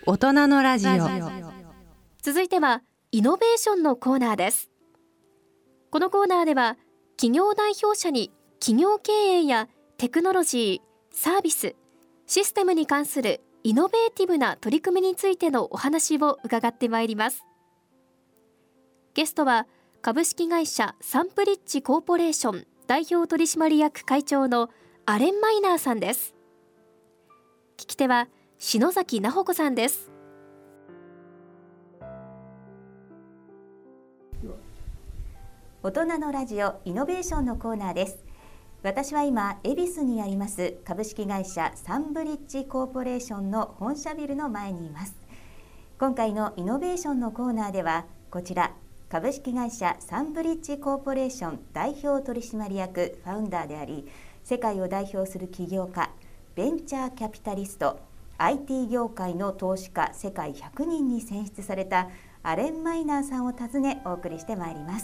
大人のラジオ。 続いてはイノベーションのコーナーです。このコーナーでは企業代表者に企業経営やテクノロジー、サービス、システムに関するイノベーティブな取り組みについてのお話を伺ってまいります。ゲストは株式会社サンプリッジコーポレーション代表取締役会長のアレン・マイナーさんです。聞き手は篠崎奈穂子さんです。 大人のラジオイノベーションのコーナーです。私は今恵比寿にあります株式会社サンブリッジコーポレーションの本社ビルの前にいます。今回のイノベーションのコーナーではこちら株式会社サンブリッジコーポレーション代表取締役ファウンダーであり、世界を代表する起業家、ベンチャーキャピタリスト、 IT 業界の投資家世界100人に選出されたアレン・マイナーさんを訪ねお送りしてまいります。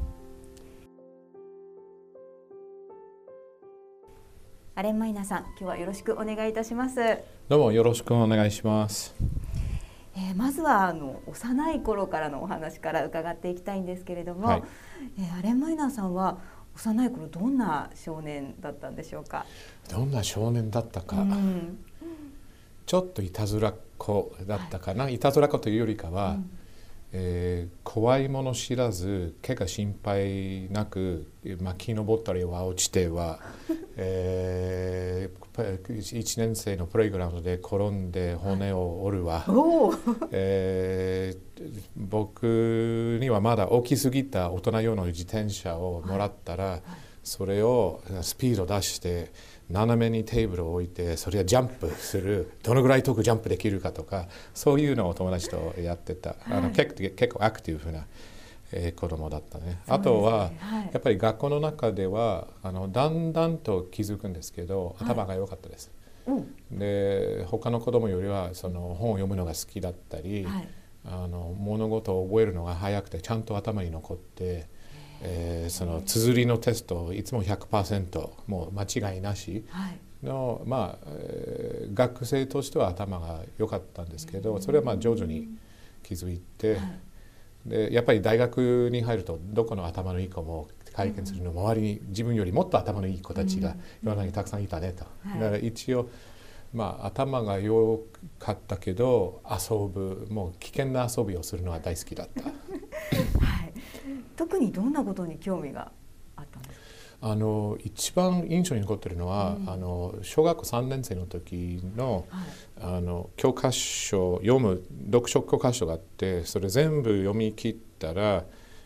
アレン・マイナーさん、今日はよろしくお願いいたします。 どうもよろしくお願いします。 まずは幼い頃からのお話から伺っていきたいんですけれども、はい、アレン・マイナーさんは幼い頃どんな少年だったんでしょうか。 どんな少年だったか、ちょっといたずらっ子だったかな、はい、いたずらっ子というよりかは、怖いもの知らず怪我心配なく、木登ったりは落ちては、1年生のプレイグラウンドで転んで骨を折るわ、僕にはまだ大きすぎた大人用の自転車をもらったら、それをスピード出して斜めにテーブルを置いて、それはジャンプする、どのぐらい遠くジャンプできるかとか、そういうのを友達とやってた。結構アクティブな子供だったね。あとは、やっぱり学校の中ではだんだんと気づくんですけど、頭が良かったです。で、他の子供よりは本を読むのが好きだったり、物事を覚えるのが早くてちゃんと頭に残って、その綴りのテストいつも 100% もう間違いなしの、学生としては頭が良かったんですけど、それは徐々に気づいて、でやっぱり大学に入るとどこの頭のいい子も経験するの周りに自分よりもっと頭のいい子たちが世の中にたくさんいたねと。だから一応頭が良かったけど遊ぶ、もう危険な遊びをするのは大好きだった。 特にどんなことに興味があったんですか。 一番印象に残っているのは、小学校3年生の時の、教科書読書教科書があって、それ全部読み切ったら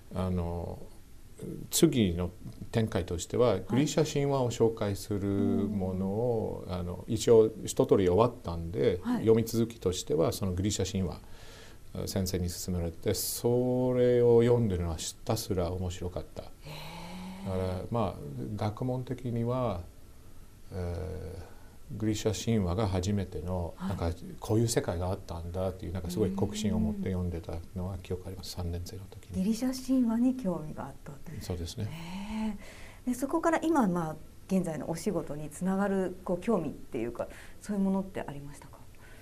次の展開としてはギリシャ神話を紹介するものを、一応一通り終わったんで、読み続きとしてはそのギリシャ神話先生に勧められて、それを読んでるのはひたすら面白かった。だから学問的には、ギリシャ神話が初めての、なんかこういう世界があったんだっていう、なんかすごい好奇心を持って読んでたのは記憶あります。3年生の時にギリシャ神話に興味があったという。 そうですね。 でそこから今、現在のお仕事につながる興味っていうか、そういうものってありましたか。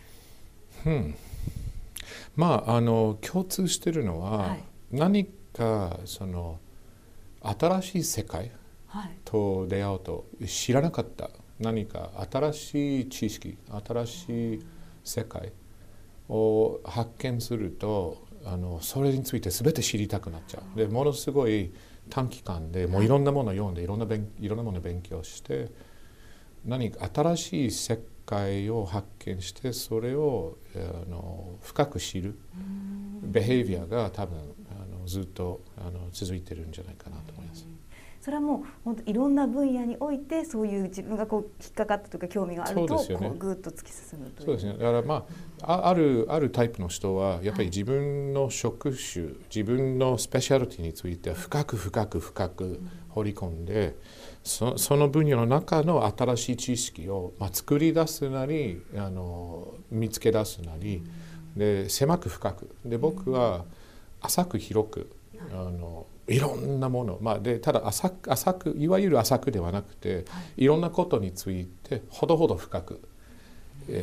共通しているのは、何か新しい世界と出会うと、知らなかった何か新しい知識、新しい世界を発見すると、それについて全て知りたくなっちゃう。でものすごい短期間でもういろんなものを読んで、いろんなものを勉強して、何か新しい世界を発見して、それを深く知るビヘイビアが多分ずっと続いてるんじゃないかなと思います。 それはもう本当いろんな分野において、そういう自分が引っかかったとか興味があると、ぐっと突き進むという。 そうですね。だからあるタイプの人はやっぱり自分の職種、自分のスペシャリティについて深く掘り込んで、その分野の中の新しい知識を作り出すなり、見つけ出すなり、で狭く深くで、僕は浅く広くいろんなもの、でただ浅くいわゆる浅くではなくて、いろんなことについてほどほど深く、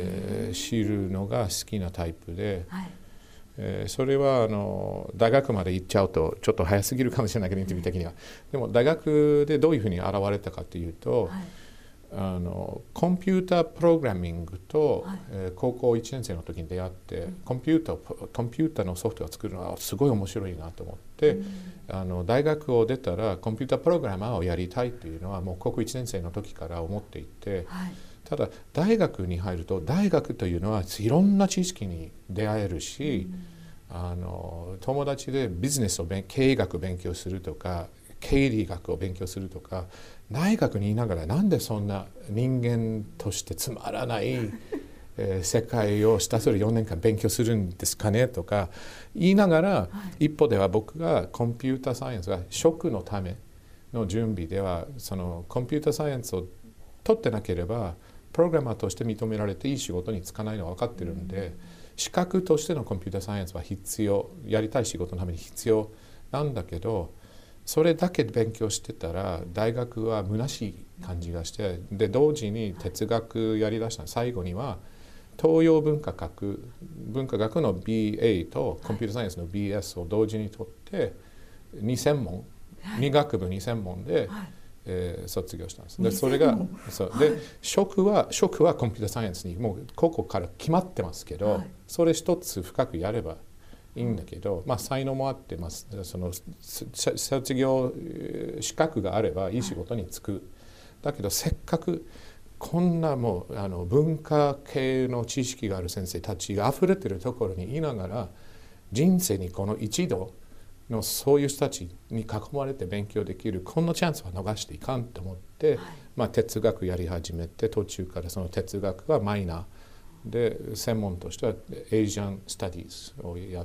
知るのが好きなタイプで、それは大学まで行っちゃうとちょっと早すぎるかもしれないけど、インタビュー的には。でも大学でどういうふうに現れたかというと、コンピュータープログラミングと、高校1年生の時に出会って、コンピューターのソフトを作るのはすごい面白いなと思って、大学を出たらコンピュータープログラマーをやりたいというのはもう高校1年生の時から思っていて、ただ大学に入ると大学というのはいろんな知識に出会えるし、友達でビジネスを経営学を勉強するとか経理学を勉強するとか、大学にいながらなんでそんな人間としてつまらない世界をひたすら4年間勉強するんですかねとか言いながら、一方では僕がコンピューターサイエンスが職のための準備では、そのコンピューターサイエンスを取ってなければプログラマーとして認められていい仕事に就かないのは分かってるんで、資格としてのコンピューターサイエンスは必要、やりたい仕事のために必要なんだけど、それだけ勉強してたら大学は虚しい感じがして、で同時に哲学やりだした最後には東洋文化学の BA とコンピューターサイエンスの BS を同時に取って2学部2専門で、卒業したんです。でそれがで職はコンピューターサイエンスにもうここから決まってますけど、それ一つ深くやればいいんだけど、才能もあってます。その卒業資格があればいい仕事に就く。だけどせっかくこんなもう文化系の知識がある先生たちが溢れてるところにいながら、人生にこの一度のそういう人たちに囲まれて勉強できるこのチャンスは逃していかんと思って、哲学やり始めて、途中からその哲学がマイナーで専門としてはエイジアン・スタディーズをやって、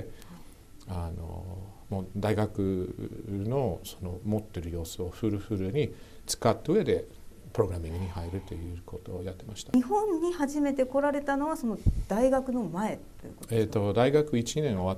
もう大学のその持ってる要素をフルフルに使った上でプログラミングに入るということをやってました。 日本に初めて来られたのはその大学の前ということですか？ 大学1年終わって、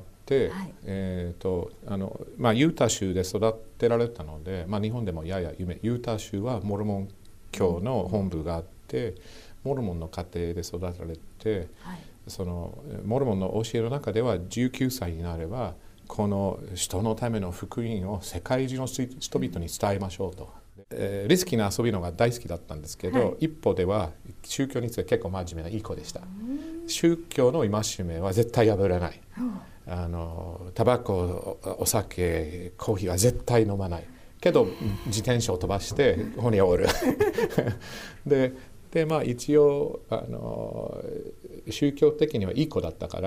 ユータ州で育てられたので、日本でもややユータ州はモルモン教の本部があって、モルモンの家庭で育てられて、そのモルモンの教えの中では19歳になればこの人のための福音を世界中の人々に伝えましょうと。リスキーな遊びのが大好きだったんですけど、一方では宗教について結構真面目ないい子でした。宗教の戒めは絶対破らない。タバコ、お酒、コーヒーは絶対飲まない。けど自転車を飛ばして骨を折る。で一応宗教的にはいい子だったから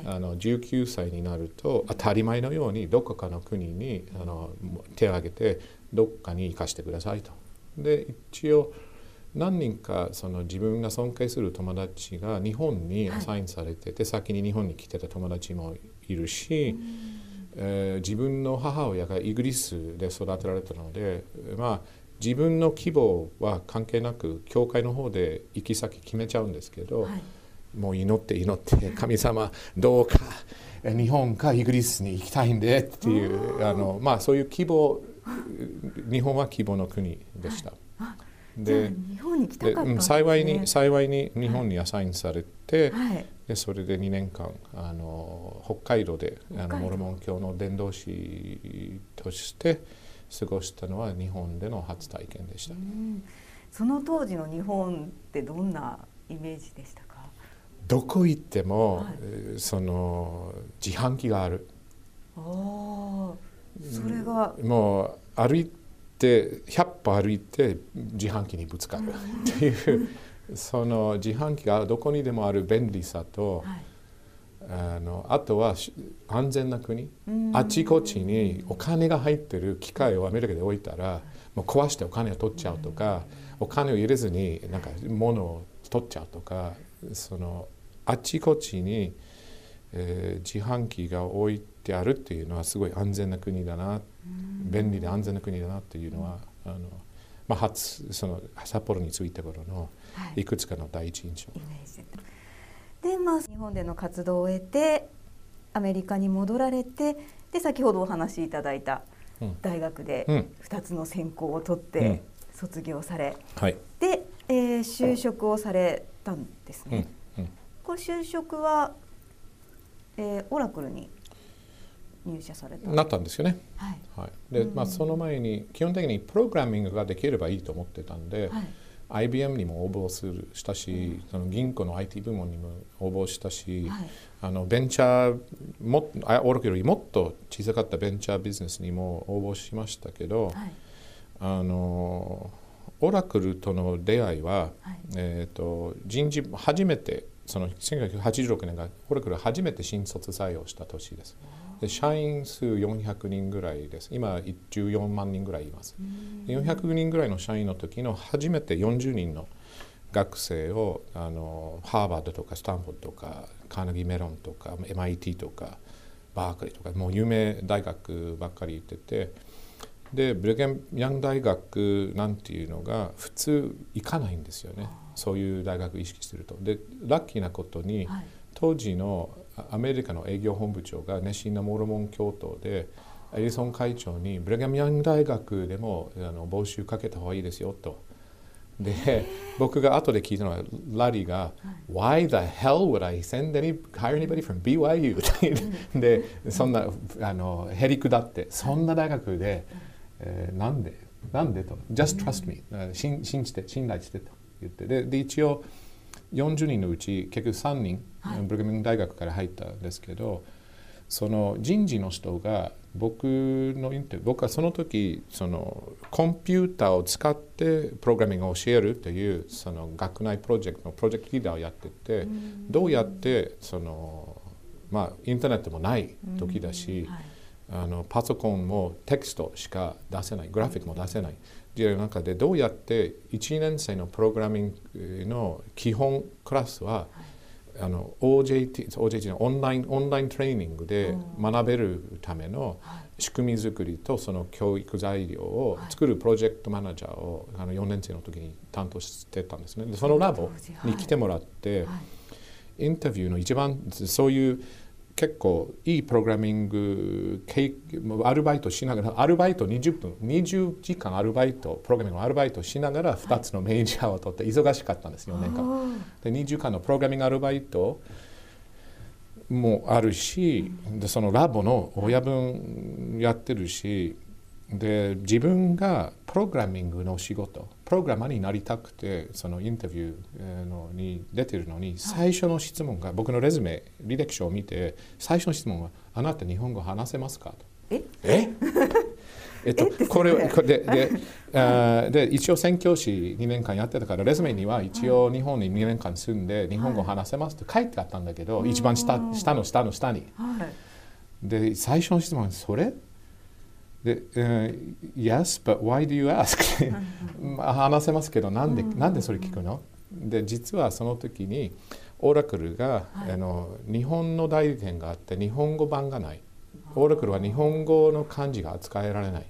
、19歳になると当たり前のようにどこかの国に手を挙げてどっかに行かせてくださいと。で一応何人かその自分が尊敬する友達が日本にアサインされてて、先に日本に来てた友達もいるし、自分の母親がイギリスで育てられたので、自分の希望は関係なく教会の方で行き先決めちゃうんですけど、もう祈って神様どうか日本かイギリスに行きたいんでっていうそういう希望、日本は希望の国でした。で日本に来たかったんですね。 幸いに日本にアサインされて、でそれで2年間北海道でモルモン教の伝道師として過ごしたのは日本での初体験でした。 その当時の日本ってどんなイメージでしたか？ どこ行っても、その自販機がある。 それがもう歩いて100歩歩いて自販機にぶつかるっていうその自販機がどこにでもある便利さと、あとは安全な国、あちこちにお金が入ってる機械をアメリカで置いたらもう壊してお金を取っちゃうとか、お金を入れずになんか物を取っちゃうとか、そのあちこちに、自販機が置いてあるっていうのはすごい安全な国だな、便利で安全な国だなっていうのはその札幌に着いた頃のいくつかの第一印象。 で日本での活動を終えてアメリカに戻られて、で先ほどお話しいただいた大学で2つの専攻を取って卒業され、で、就職をされたんですね。 就職は、オラクルに入社されたなったんですよね。 はいはい、で、その前に基本的にプログラミングができればいいと思ってたんで、IBM にも応募したし、その銀行の IT 部門にも応募したし、ベンチャーオラクルよりもっと小さかったベンチャービジネスにも応募しましたけど、オラクルとの出会いは、人事初めてその1986年がオラクル初めて新卒採用した年です。で社員数400人ぐらいです。今14万人ぐらいいます。400人ぐらいの社員の時の初めて40人の学生をハーバードとかスタンフォードとかカーネギーメロンとか MIT とかバークリーとかもう有名大学ばっかり行ってて、でブリゲンヤング大学なんていうのが普通行かないんですよね。そういう大学意識してると。でラッキーなことに、当時のアメリカの営業本部長が熱心なモルモン教徒で、エリソン会長にブリゲンヤング大学でも募集かけた方がいいですよと。で僕が後で聞いたのはラリーが「Why the hell would I hire anybody from BYU?」でそんなへりくだって「そんな大学で、なんでと「Just trust me」信頼してと言って、で一応40人のうち結局3人、ブリゲン大学から入ったんですけど、その人事の人が僕はその時そのコンピューターを使ってプログラミングを教えるというその学内プロジェクトのプロジェクトリーダーをやってて、どうやってそのインターネットもない時だし、パソコンもテキストしか出せない、グラフィックも出せないという中で、どうやって1年生のプログラミングの基本クラスはOJT のオンライントレーニングで学べるための仕組み作りとその教育材料を作るプロジェクトマネージャーを4年生の時に担当してたんですね。でそのラボに来てもらって、インタビューの一番そういう結構いいプログラミングアルバイトしながら、アルバイト20時間アルバイトプログラミングのアルバイトしながら2つのメジャーを取って忙しかったんですよ、4年間で。20時間のプログラミングアルバイトもあるし、でそのラボの親分やってるし、で自分がプログラミングの仕事プログラマーになりたくてそのインタビューに出てるのに、最初の質問が僕のレズメ履歴書を見て最初の質問は「あなた日本語話せますか?」と。これで一応宣教師2年間やってたから、レズメには一応日本に2年間住んで日本語話せますと書いてあったんだけど、一番下の下に。で最初の質問はそれで、Yes, but why do you ask? 話せますけどなんでそれ聞くの？で実はその時にオラクルが、日本の代理店があって日本語版がない。オラクルは日本語の漢字が扱えられない。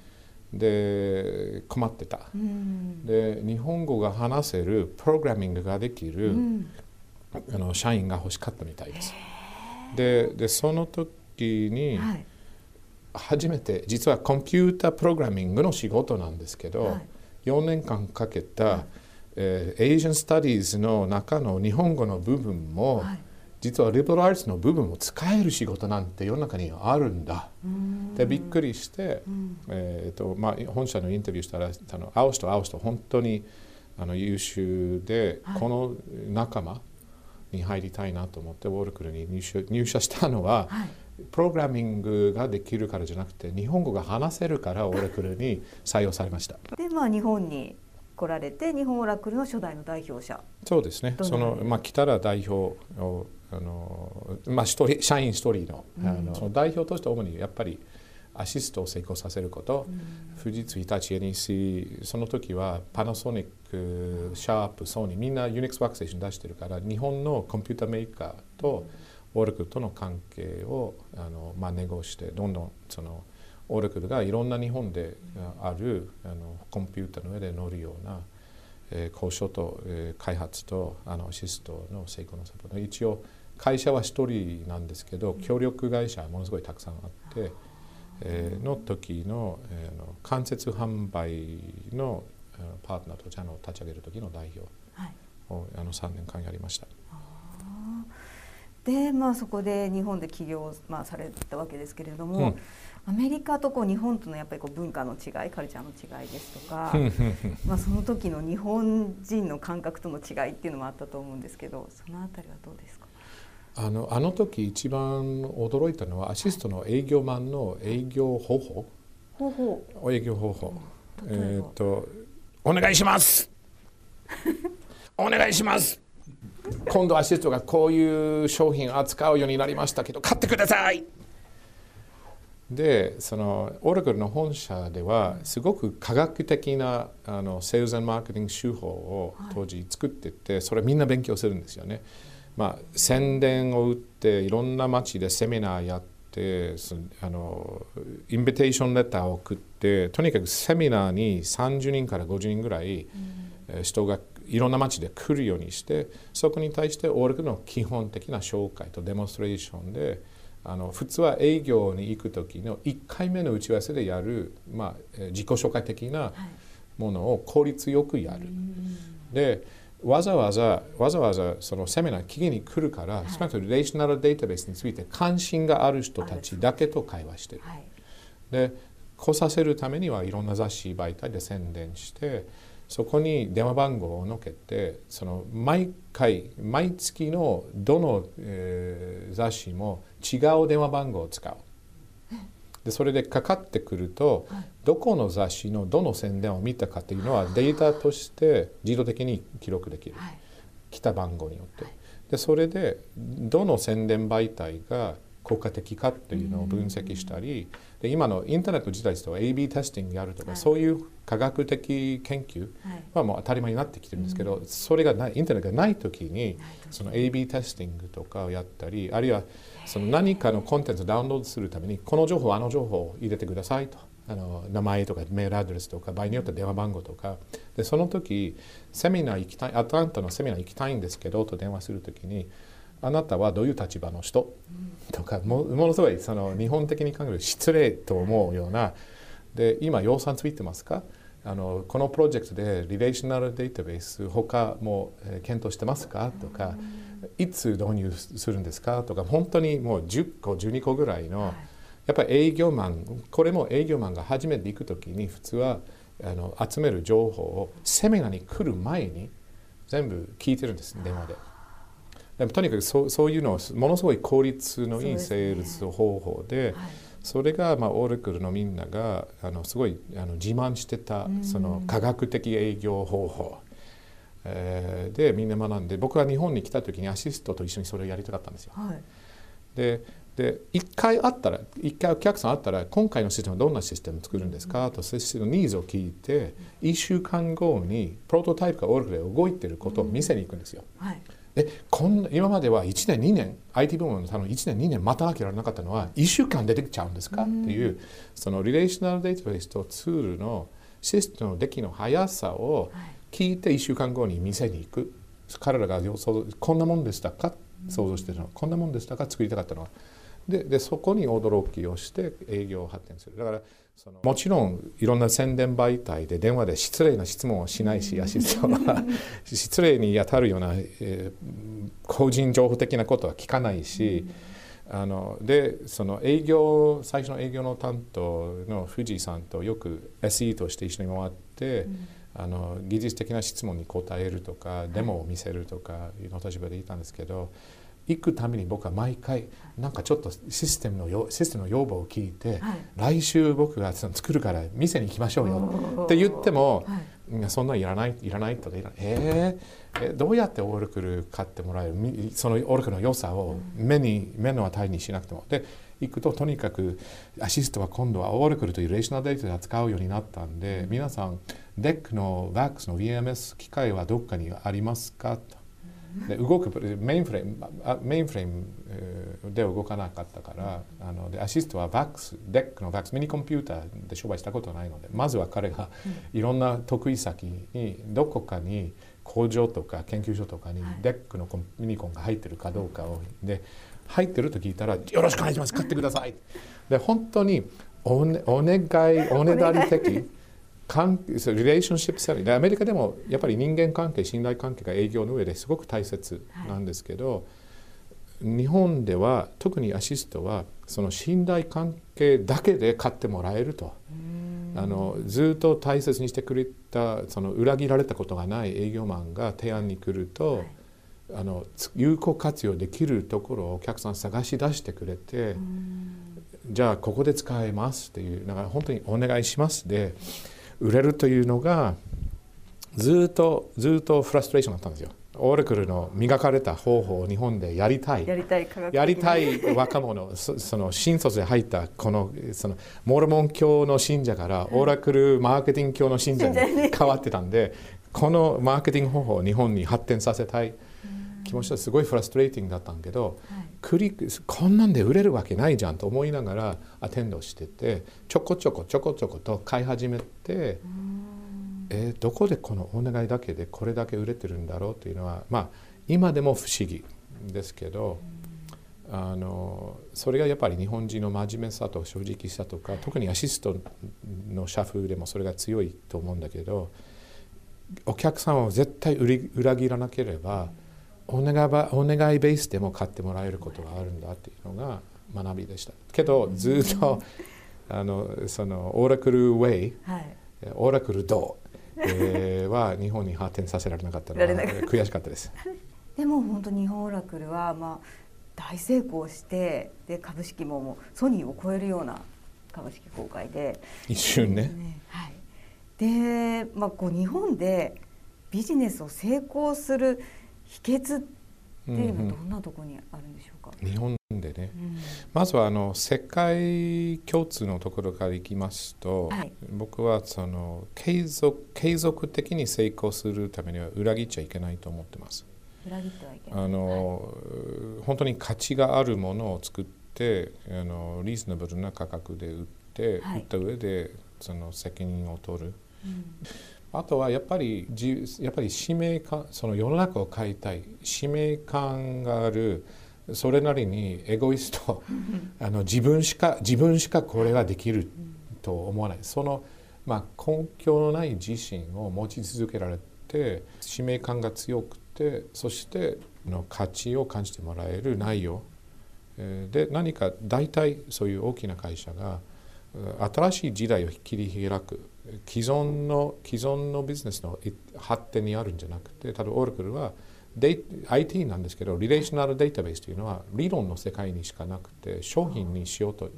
で困ってた。で日本語が話せるプログラミングができる、社員が欲しかったみたいです。でその時に、初めて実はコンピュータープログラミングの仕事なんですけど、4年間かけた、Asian Studies の中の日本語の部分も、実はリベラルアーツの部分を使える仕事なんて世の中にあるんだでびっくりして、本社のインタビューしたら会う人本当に優秀で、この仲間に入りたいなと思ってオラクルに入社したのは、プログラミングができるからじゃなくて日本語が話せるからオラクルに採用されました。 で日本に来られて日本オラクルの初代の代表者。 そうですね。来たら代表を社員一人の、その代表として主にやっぱりアシストを成功させること、富士通、日立、NEC、その時はパナソニック、シャープ、ソニーみんな Unix ワークステーション出してるから、日本のコンピューターメーカーとオラクルとの関係をネゴして、どんどんそのオラクルがいろんな日本であるコンピューターの上で乗るような交渉と開発とアシストの成功のサポート、一応会社は一人なんですけど協力会社はものすごいたくさんあって、の時の間接販売のパートナーとチャンネルを立ち上げる時の代表を3年間やりました。 で、そこで日本で起業、されたわけですけれども、アメリカと日本とのやっぱり文化の違い、カルチャーの違いですとかその時の日本人の感覚との違いっていうのもあったと思うんですけど、そのあたりはどうですか？ あの時一番驚いたのはアシストの営業マンの営業方法、営業方法、お願いしますお願いします今度アシストがこういう商品を扱うようになりましたけど買ってください。でそのオラクルの本社ではすごく科学的なセールス&マーケティング手法を当時作ってて、それみんな勉強するんですよね。宣伝を打っていろんな街でセミナーやってインビテーションレターを送って、とにかくセミナーに30人から50人ぐらい人がいろんな街で来るようにして、そこに対してオラクルの基本的な紹介とデモンストレーションで普通は営業に行く時の1回目の打ち合わせでやる、自己紹介的なものを効率よくやる。でわざわざそのセミナー聞きに来るから、少なくともリレーショナルデータベースについて関心がある人たちだけと会話してる。で来させるためにはいろんな雑誌媒体で宣伝して、そこに電話番号を載っけて、その毎月のどの、雑誌も違う電話番号を使う。でそれでかかってくると、どこの雑誌のどの宣伝を見たかっていうのはデータとして自動的に記録できる、来た番号によって。でそれでどの宣伝媒体が効果的かっていうのを分析したり、で今のインターネット時代ですと AB テスティングやるとか、そういう科学的研究はもう当たり前になってきてるんですけど、それがない、インターネットがない時にその AB テスティングとかをやったり、あるいはその何かのコンテンツをダウンロードするためにこの情報あの情報を入れてくださいと、名前とかメールアドレスとか場合によっては電話番号とかで、その時セミナー行きたい、アトランタのセミナー行きたいんですけどと電話する時に、あなたはどういう立場の人とか、ものすごいその日本的に考える失礼と思うような、で今予算ついてますか、このプロジェクトでリレーショナルデータベース他も検討してますかとか、いつ導入するんですかとか、本当にもう10個12個ぐらいの、やっぱり営業マン、これも営業マンが初めて行く時に普通は集める情報をセミナーに来る前に全部聞いてるんです、電話で。でもとにかくそういうのをものすごい効率のいいセールス方法で、それがオラクルのみんながすごい自慢してたその科学的営業方法、でみんな学んで、僕は日本に来た時にアシストと一緒にそれをやりたかったんですよ。で1回お客さん会ったら、今回のシステムはどんなシステムを作るんですかと、システムのニーズを聞いて、1週間後にプロトタイプがオラクルで動いていることを見せに行くんですよ。で今までは1年2年 IT 部門の1年2年待たなきゃならなかったのは1週間出てきちゃうんですかっていう、そのリレーショナルデータベースとツールのシステムの出来の速さを聞いて1週間後に店に行く。彼らがこんなもんでしたか想像してたの、こんなもんでしたか作りたかったのは。でそこに驚きをして営業を発展する。だからもちろんいろんな宣伝媒体で電話で失礼な質問をしないし、アシストは失礼に当たるような、個人情報的なことは聞かないし、でその最初の営業の担当の藤井さんとよく SE として一緒に回って、技術的な質問に答えるとかデモを見せるとかいうの立場でいたんですけど、行くために僕は毎回なんかちょっとシステムの要望を聞いて、来週僕が作るから店に行きましょうよって言っても、そんなのいらないとかどうやってオラクル買ってもらえる、そのオラクルの良さを目の当たりにしなくても。で行くととにかくアシストは今度はオラクルというリレーショナルデータで扱うようになったんで、皆さん DEC の VAX の VMS 機械はどっかにありますかと。で動くメインフレームで動かなかったから、でアシストは DEC の VAX ミニコンピューターで商売したことないので、まずは彼がいろんな得意先にどこかに工場とか研究所とかに DEC のミニコンが入ってるかどうかをで入ってると聞いたら、よろしくお願いします、買ってください。で本当におねだり的リレーションシップセリング、アメリカでもやっぱり人間関係、信頼関係が営業の上ですごく大切なんですけど、 日本では特にアシストはその信頼関係だけで買ってもらえると。ずっと大切にしてくれたその裏切られたことがない営業マンが提案に来ると、有効活用できるところをお客さん探し出してくれて、じゃあここで使えますっていう、だから本当にお願いしますで売れるというのがずっとフラストレーションだったんですよ。オラクルの磨かれた方法を日本でやりたい若者、その新卒で入ったそのモルモン教の信者からオラクルマーケティング教の信者に変わってたんで、このマーケティング方法を日本に発展させたい気持ちはすごいフラストレーティングだったんだけど、こんなんで売れるわけないじゃんと思いながらアテンドしてて、ちょこちょこと買い始めて、どこでこのお願いだけでこれだけ売れてるんだろうというのは、今でも不思議ですけど、それがやっぱり日本人の真面目さと正直さとか、特にアシストの社風でもそれが強いと思うんだけど、お客さんを絶対裏切らなければお願いベースでも買ってもらえることがあるんだっていうのが学びでしたけど、ずっとそのオラクルウェイ、オラクルドは日本に発展させられなかったのは悔しかったです。 でも本当に日本オラクルは大成功して、で株式もソニーを超えるような株式公開で一瞬ね。 で、こう日本でビジネスを成功する秘訣っていうのはどんなところにあるんでしょうか。 日本でね、まずは世界共通のところからいきますと、僕はその継続的に成功するためには裏切っちゃいけないと思ってます。 裏切ってはいけない。 本当に価値があるものを作ってリーズナブルな価格で売った上でその責任を取る。あとはやっぱり使命感、その世の中を変えたい使命感がある、それなりにエゴイスト自分しかこれができると思わない、その、根拠のない自信を持ち続けられて、使命感が強くて、そして価値を感じてもらえる内容で、何か大体そういう大きな会社が新しい時代を切り開く、既存のビジネスの発展にあるんじゃなくて、例えばオラクルはIT なんですけど、リレーショナルデータベースというのは理論の世界にしかなくて、商品にしようと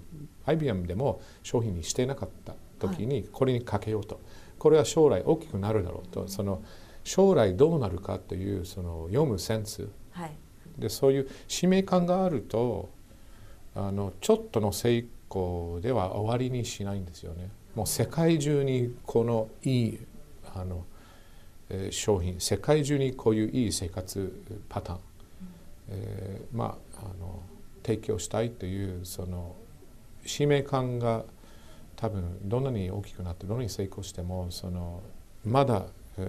IBM でも商品にしてなかった時にこれにかけようと、これは将来大きくなるだろうと、その将来どうなるかというその読むセンス、でそういう使命感があるとちょっとの成功では終わりにしないんですよね。もう世界中にこのいい商品、世界中にこういういい生活パターン、提供したいというその使命感が多分どんなに大きくなってどんなに成功してもまだ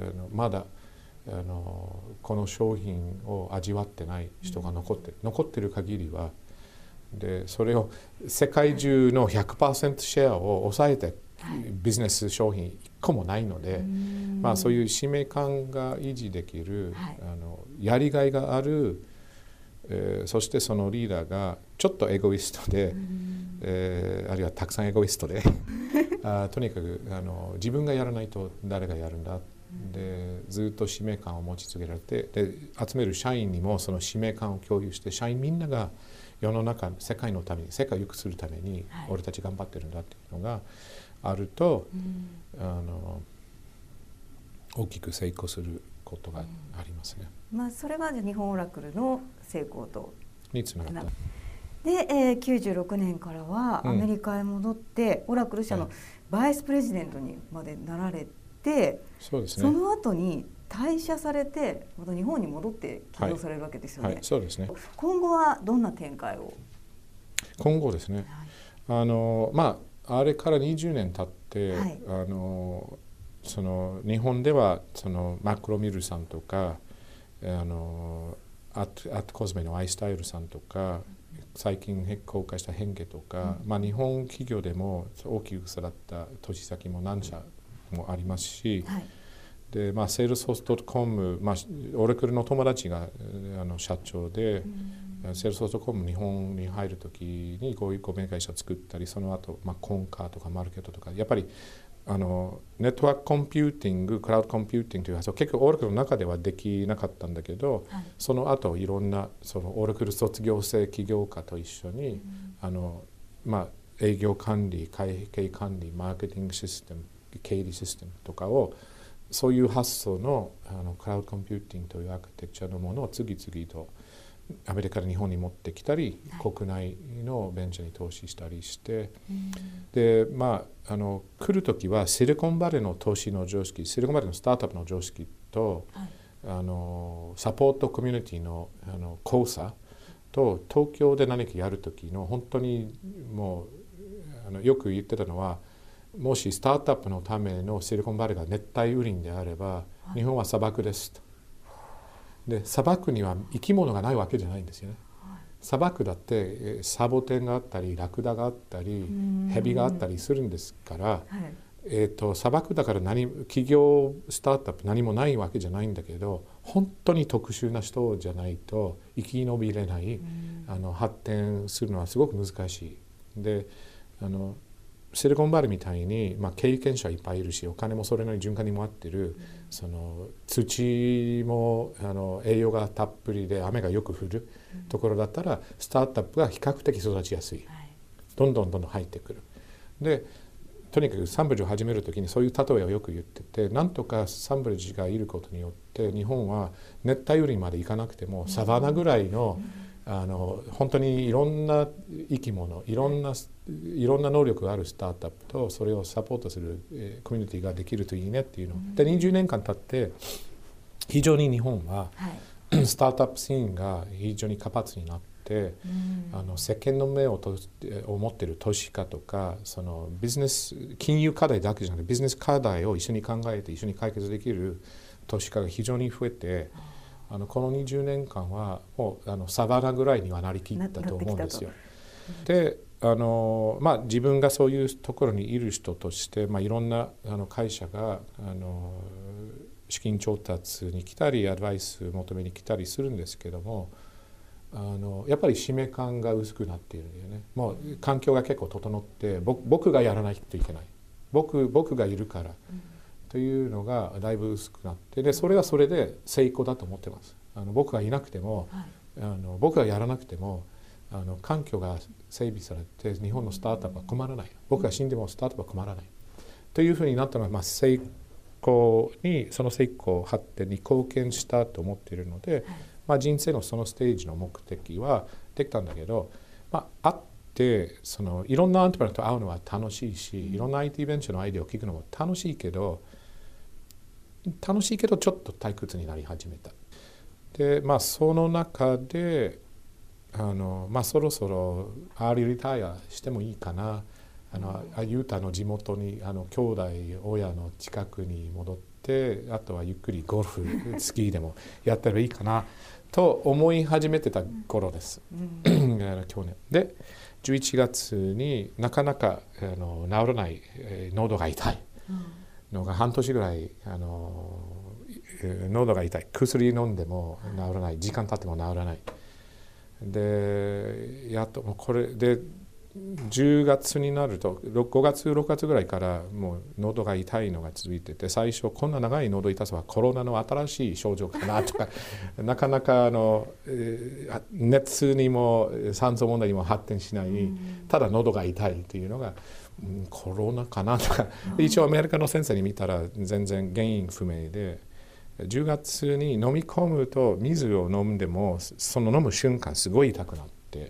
この商品を味わってない人が残ってる限りは、でそれを世界中の 100% シェアを抑えてビジネス商品1個もないので、そういう使命感が維持できる、やりがいがある、そしてそのリーダーがちょっとエゴイストで、あるいはたくさんエゴイストでとにかく自分がやらないと誰がやるんだ、でずっと使命感を持ち続けられて、で集める社員にもその使命感を共有して、社員みんなが世の中、世界のために、世界を良くするために俺たち頑張ってるんだっていうのがあると、大きく成功することがありますね。 それが日本オラクルの成功とにつながった。 で、96年からはアメリカへ戻って、オラクル社のバイスプレジデントにまでなられて、 そうですね、 その後に退社されてまた日本に戻って起業されるわけですよね。 そうですね。 今後はどんな展開を？ 今後ですね、あれから20年経って、その日本ではそのマクロミルさんとかアットコスメのアイスタイルさんとか、最近公開した変化とか、日本企業でも大きく育った投資先も何社もありますし、でSalesforce.com、オラクルの友達が社長で、 セールスドットコム日本に入るときに合弁会社を作ったり、その後、コンカーとかマーケットとか、やっぱりネットワークコンピューティング、クラウドコンピューティングという発想、結構オーラクルの中ではできなかったんだけど、その後いろんなそのオーラクル卒業生起業家と一緒に、営業管理、会計管理、マーケティングシステム、経理システムとかを、そういう発想のクラウドコンピューティングというアーキテクチャのものを次々とアメリカから日本に持ってきたり、国内のベンチャーに投資したりして、で来るときはシリコンバレーの投資の常識、シリコンバレーのスタートアップの常識と、サポートコミュニティの交差と、東京で何かやるときの本当にもうよく言ってたのは、もしスタートアップのためのシリコンバレーが熱帯雨林であれば、日本は砂漠ですと。で砂漠には生き物がないわけじゃないんですよね。砂漠だってサボテンがあったりラクダがあったりヘビがあったりするんですから、砂漠だから企業スタートアップ何もないわけじゃないんだけど、本当に特殊な人じゃないと生き延びれない、発展するのはすごく難しい。でシリコンバレーみたいに、経験者いっぱいいるし、お金もそれなりに循環に回ってる、その土も栄養がたっぷりで雨がよく降るところだったら、スタートアップが比較的育ちやすい、どんどん入ってくる。でとにかくサンブリッジを始めるときにそういう例えをよく言ってて、なんとかサンブリッジがいることによって日本は熱帯雨林まで行かなくてもサバナぐらいの本当にいろんな生き物、いろんな能力があるスタートアップとそれをサポートするコミュニティができるといいねっていうので、20年間経って非常に日本は、スタートアップシーンが非常に活発になって、世間の目を持っている投資家とか、そのビジネス金融課題だけじゃなくてビジネス課題を一緒に考えて一緒に解決できる投資家が非常に増えて、この20年間はもうサバナぐらいにはなりきったと思うんですよ。で自分がそういうところにいる人として、いろんな会社が資金調達に来たりアドバイス求めに来たりするんですけども、やっぱり使命感が薄くなっているんだよね。もう環境が結構整って、僕がやらないといけない、僕がいるから、というのがだいぶ薄くなって、でそれはそれで成功だと思ってます。僕がいなくても、僕がやらなくても環境が整備されて日本のスタートアップは困らない、僕が死んでもスタートアップは困らないというふうになったのは、その成功発展に貢献したと思っているので、人生のそのステージの目的はできたんだけど、会っていろんなアントプレナーと会うのは楽しいし、いろんな IT ベンチャーのアイデアを聞くのも楽しいけどちょっと退屈になり始めた。でその中でそろそろアーリーリタイアしてもいいかな、ユータの地元に兄弟親の近くに戻って、あとはゆっくりゴルフスキーでもやったらいいかなと思い始めてた頃です、去年で11月になかなか治らない喉が痛いのが半年ぐらい喉が痛い、薬飲んでも治らない、時間経っても治らないで、やっとこれで10月になると5月6月ぐらいからもう喉が痛いのが続いてて、最初こんな長い喉痛さはコロナの新しい症状かなとかなかなか熱にも酸素問題にも発展しない、ただ喉が痛いというのが、コロナかなとか一応アメリカの先生に見たら全然原因不明で、10月に飲み込むと水を飲んでもその飲む瞬間すごい痛くなって、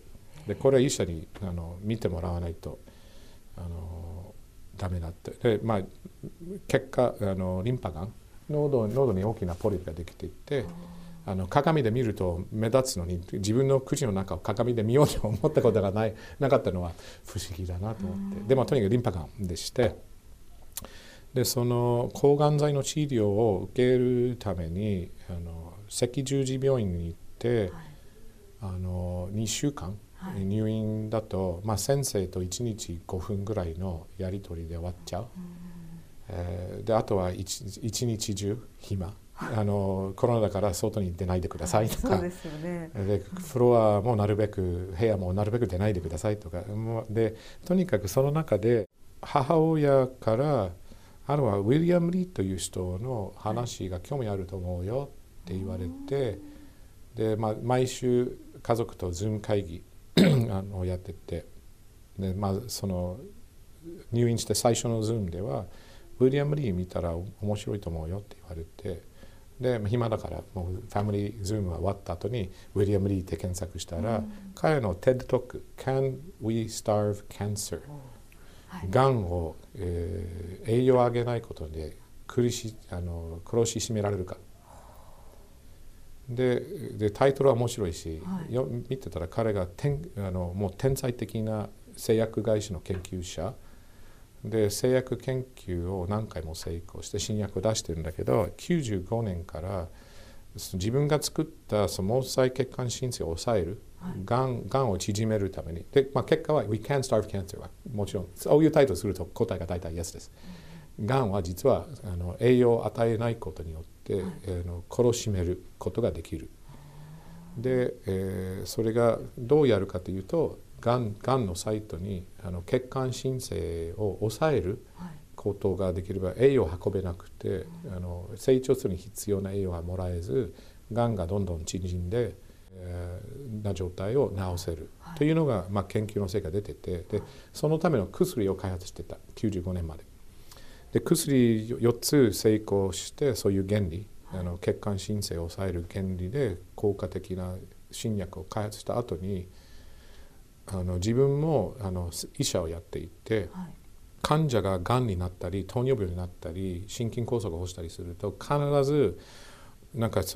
でこれ医者に見てもらわないとダメだって、で結果リンパがん、喉に大きなポリプができていて、鏡で見ると目立つのに自分の口の中を鏡で見ようと思ったことがなかったのは不思議だなと思って、でもとにかくリンパがんでして、でその抗がん剤の治療を受けるために赤十字病院に行って、2週間入院だと、先生と1日5分ぐらいのやり取りで終わっちゃう、であとは一日中暇コロナだから外に出ないでくださいとか、 そうですよね。 でフロアもなるべく部屋もなるべく出ないでくださいとかで、とにかくその中で母親からウィリアム・リーという人の話が興味あると思うよって言われて、で、毎週家族とズーム会議やってて、で、その入院して最初のズームではウィリアム・リー見たら面白いと思うよって言われて、で暇だからもうファミリーズームが終わった後にウィリアム・リーって検索したら、彼の TED トーク Can we starve cancer、がんを、栄養を上げないことで苦しめられるかでタイトルは面白いし、見てたら彼がもう天才的な製薬会社の研究者で、製薬研究を何回も成功して新薬を出してるんだけど、95年から自分が作った毛細血管新生を抑える、がんを縮めるためにで、結果は We can't starve cancer はもちろんそういうタイトルすると答えが大体 Yes です。がんは実は栄養を与えないことによって、殺しめることができる。で、それがどうやるかというと、がんのサイトに血管新生を抑えることができれば、栄養を運べなくて成長するに必要な栄養がもらえず、がんがどんどん縮んで、な状態を治せる、というのが、研究の成果が出てて、でそのための薬を開発してた95年まで。で薬4つ成功して、そういう原理、血管新生を抑える原理で効果的な新薬を開発した後に、自分も医者をやっていて、患者ががんになったり糖尿病になったり心筋梗塞を起こしたりすると、必ずなんか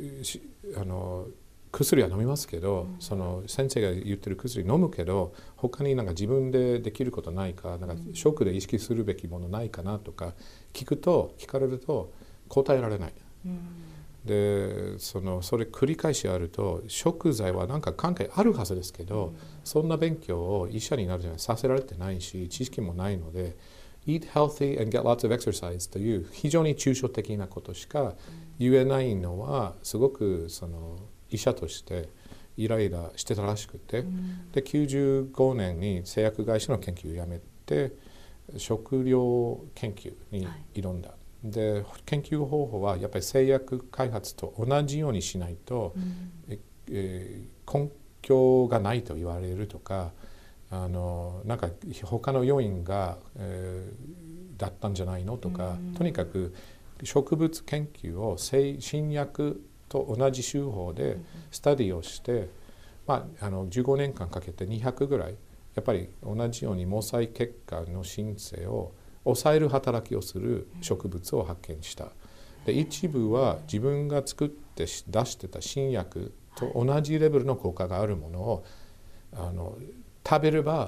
薬は飲みますけど、その先生が言ってる薬飲むけど、他になんか自分でできることないか、なんか食で意識するべきものないかなとか聞かれると答えられない。でそれ繰り返しあると、食材はなんか関係あるはずですけど、そんな勉強を医者になるじゃないさせられてないし、知識もないので、Eat healthy and get lots of exercise という非常に抽象的なことしか言えないのは、すごく医者としてイライラしてたらしくて、で95年に製薬会社の研究をやめて食療研究に挑んだ。で研究方法はやっぱり製薬開発と同じようにしないと、根拠がないと言われるとか、なんか他の要因が、だったんじゃないのとか、とにかく植物研究を新薬と同じ手法でスタディをして、15年間かけて200ぐらいやっぱり同じように毛細血管の新生を抑える働きをする植物を発見した。で一部は自分が作って出してた新薬と同じレベルの効果があるものを食べれば、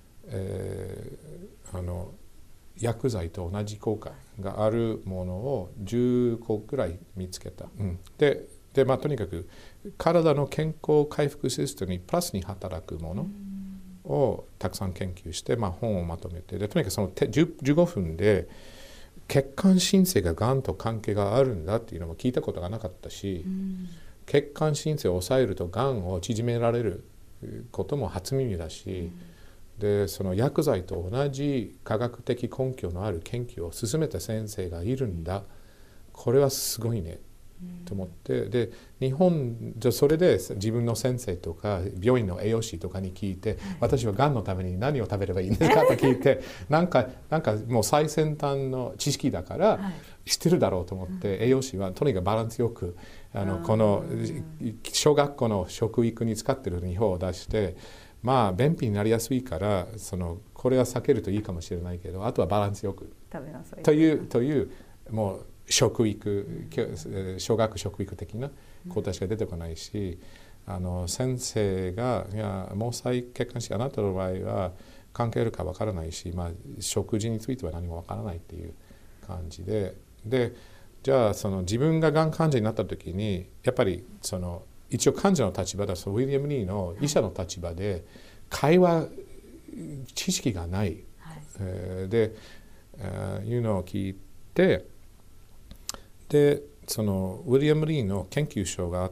薬剤と同じ効果があるものを10個ぐらい見つけた。でとにかく体の健康回復システムにプラスに働くものをたくさん研究して、本をまとめて、でとにかくその15分で血管新生ががんと関係があるんだっていうのも聞いたことがなかったし、血管新生を抑えるとがんを縮められることも初耳だし、でその薬剤と同じ科学的根拠のある研究を進めた先生がいるんだ、これはすごいねと思って、で日本じゃそれで自分の先生とか病院の栄養士とかに聞いて、私はがんのために何を食べればいいんですかと聞いて、なんかもう最先端の知識だから知ってるだろうと思って、栄養士はとにかくバランスよくこの小学校の食育に使ってる日本を出して、便秘になりやすいからこれは避けるといいかもしれないけど、あとはバランスよく食べなさいというもう食育、小学食育的な答えしか出てこないし、先生がいや毛細血管診、あなたの場合は関係あるかわからないし、食事については何もわからないっていう感じで、じゃあ自分ががん患者になった時にやっぱり一応患者の立場だ、ウィリアム・リーの医者の立場で会話知識がない、でいうのを聞いて、でそのウィリアム・リーの研究所があって、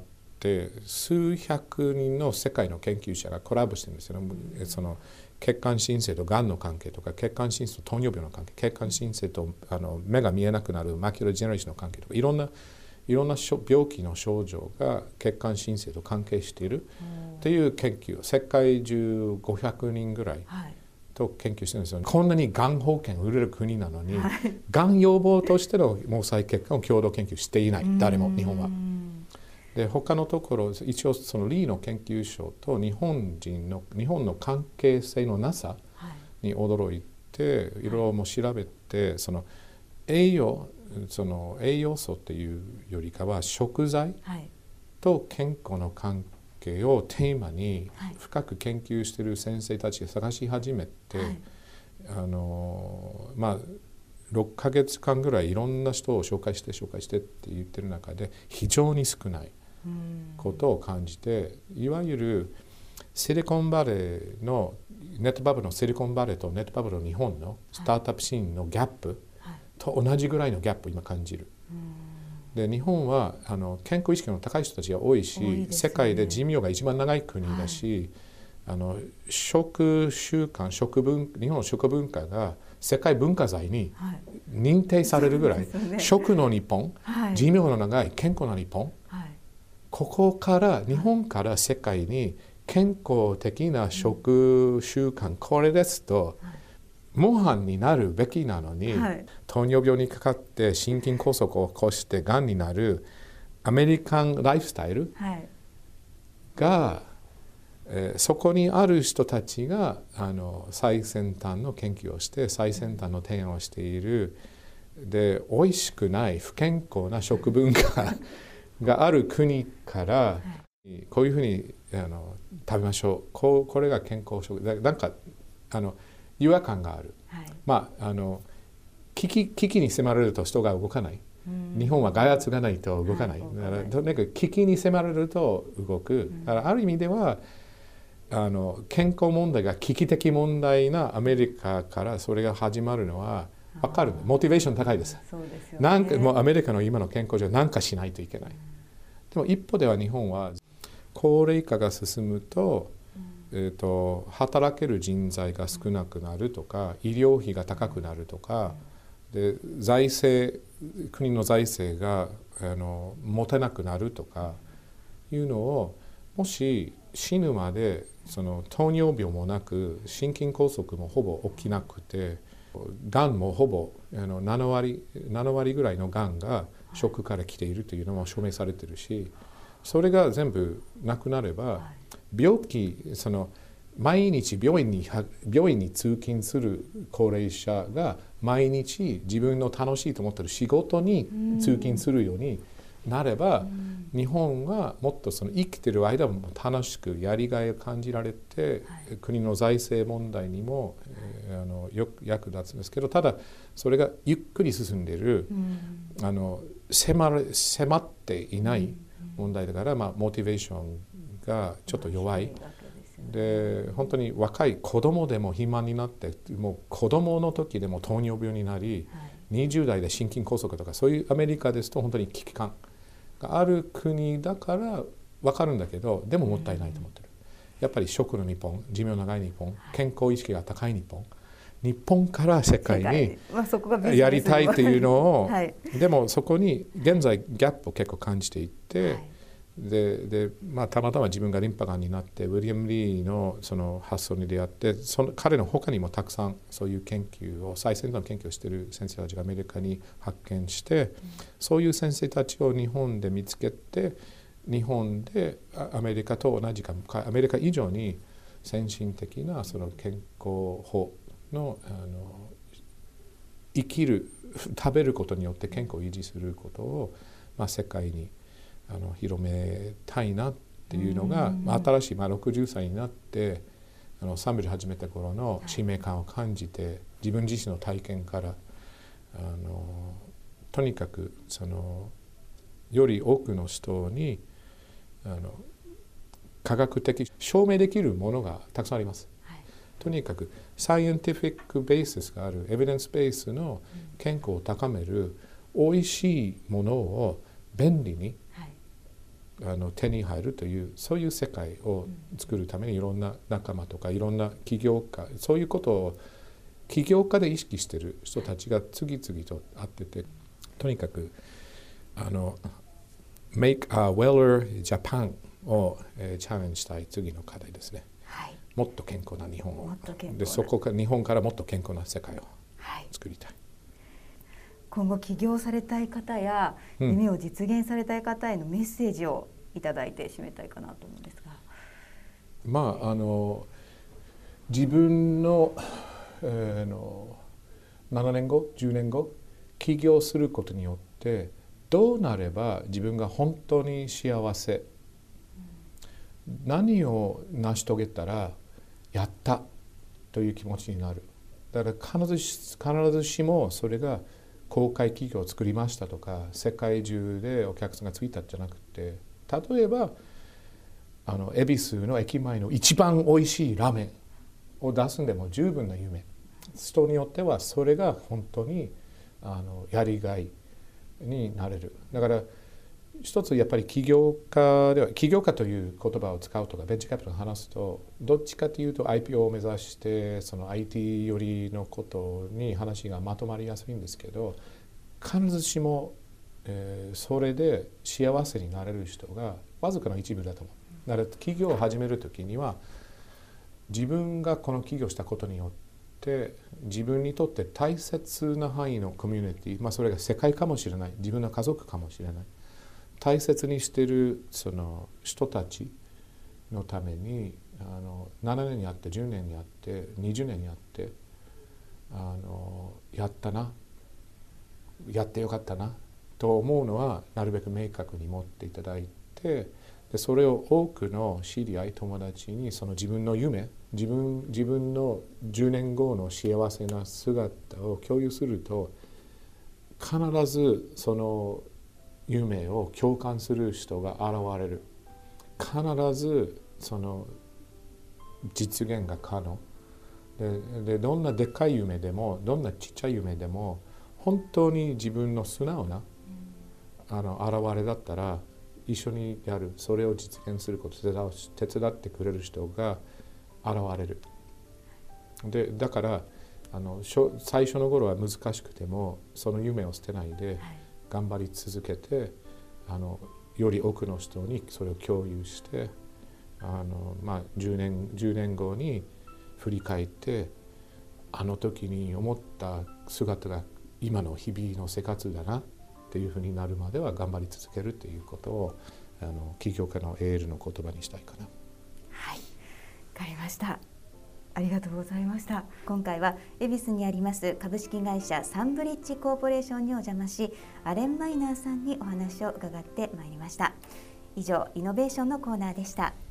数百人の世界の研究者がコラボしてるんですよね。その血管新生とがんの関係とか、血管新生と糖尿病の関係、血管新生と目が見えなくなるマキュラ・ジェネレーションの関係とか、いろんな病気の症状が血管新生と関係しているという研究を世界中500人ぐらいと研究してるんですよ。こんなにがん保険売れる国なのに、がん予防としての毛細血管を共同研究していない、誰も、日本は。で他のところ、一応そのリーの研究所と日本の関係性のなさに驚いて、いろいろも調べて、その栄養素っていうよりかは食材と健康の関係をテーマに深く研究している先生たちが探し始めて、6ヶ月間ぐらいいろんな人を紹介してって言ってる中で非常に少ないことを感じて、いわゆるシリコンバレーのネットバブルのシリコンバレーとネットバブルの日本のスタートアップシーンのギャップと同じぐらいのギャップを今感じる。で日本は健康意識の高い人たちが多いし、世界で寿命が一番長い国だし、食習慣日本の食文化が世界文化財に認定されるぐらい、食の日本、寿命の長い健康な日本、ここから日本から世界に健康的な食習慣、これですと模範になるべきなのに、糖尿病にかかって心筋梗塞を起こしてがんになるアメリカンライフスタイルが、そこにある人たちが最先端の研究をして最先端の提案をしている。で美味しくない不健康な食文化がある国から、こういうふうに食べましょう、これが健康食、なんか違和感がある。危機に迫られると人が動かない。日本は外圧がないと動かない。とにかく危機に迫られると動く。だからある意味では健康問題が危機的問題なアメリカからそれが始まるのは分かる。モチベーション高いです。なんかもうアメリカの今の健康上何かしないといけない。でも一方では日本は高齢化が進むと、働ける人材が少なくなるとか、医療費が高くなるとか、で国の財政が持てなくなるとかいうのを、もし死ぬまで糖尿病もなく心筋梗塞もほぼ起きなくて、がんもほぼ7割ぐらいのがんが食から来ているというのも証明されているし、それが全部なくなれば、病気毎日病院に通勤する高齢者が毎日自分の楽しいと思っている仕事に通勤するようになれば、日本はもっと生きている間も楽しくやりがいを感じられて、国の財政問題にもよく役立つんですけど、ただそれがゆっくり進んでいる、迫っていない問題だから、モチベーションがちょっと弱い。で本当に若い子供でも肥満になって、もう子供の時でも糖尿病になり、20代で心筋梗塞とか、そういうアメリカですと本当に危機感がある国だから分かるんだけど、でももったいないと思ってる。やっぱり食の日本、寿命長い日本、健康意識が高い日本から世界にやりたいというのを、でもそこに現在ギャップを結構感じていて、でたまたま自分がリンパがんになってウィリアム・リーのその発想に出会って、彼の他にもたくさんそういう研究を、最先端の研究をしている先生たちがアメリカに発見して、そういう先生たちを日本で見つけて、日本でアメリカと同じかアメリカ以上に先進的なその健康法の生きる、食べることによって健康を維持することを、世界に広めたいなっていうのが、新しい、60歳になってサンブリ始めた頃の使命感を感じて、自分自身の体験からとにかくより多くの人に科学的証明できるものがたくさんあります。とにかくサイエンティフィックベースがある、エビデンスベースの健康を高めるおいしいものを便利に、手に入るというそういう世界を作るためにいろんな仲間とかいろんな起業家そういうことを起業家で意識している人たちが次々と会っててとにかくMake a Weller Japan を、チャレンジしたい次の課題ですね、もっと健康な日本をでそこから日本からもっと健康な世界を作りたい、 今後起業されたい方や夢を実現されたい方へのメッセージをいただいて締めたいかなと思うんですが、 自分の、7年後10年後起業することによってどうなれば自分が本当に幸せ、何を成し遂げたらやったという気持ちになる。だから必ずしもそれが公開企業を作りましたとか世界中でお客さんがついたんじゃなくて、例えば恵比寿の駅前の一番おいしいラーメンを出すんでも十分な夢、人によってはそれが本当にやりがいになれる。だから一つやっぱり起業家では起業家という言葉を使うとかベンチャーキャピタルを話すとどっちかというと IPO を目指してその IT 寄りのことに話がまとまりやすいんですけど、必ずしも、それで幸せになれる人がわずかな一部だと思う。だから起業を始めるときには自分がこの起業したことによって自分にとって大切な範囲のコミュニティ、それが世界かもしれない、自分の家族かもしれない、大切にしているその人たちのために7年にあって10年にあって20年にあってやったな、やってよかったなと思うのはなるべく明確に持っていただいて、でそれを多くの知り合い友達にその自分の夢、自分の10年後の幸せな姿を共有すると必ずその夢を共感する人が現れる。必ずその実現が可能で、どんなでっかい夢でもどんなちっちゃい夢でも本当に自分の素直な現れだったら一緒にやる、それを実現することを手伝ってくれる人が現れる。でだから最初の頃は難しくてもその夢を捨てないで頑張り続けてより多くの人にそれを共有して10年後に振り返ってあの時に思った姿が今の日々の生活だなっていうふうになるまでは頑張り続けるということを起業家のエールの言葉にしたいかな。 はい、わかりました。ありがとうございました。今回は恵比寿にあります株式会社サンブリッジコーポレーションにお邪魔し、アレン・マイナーさんにお話を伺ってまいりました。以上、イノベーションのコーナーでした。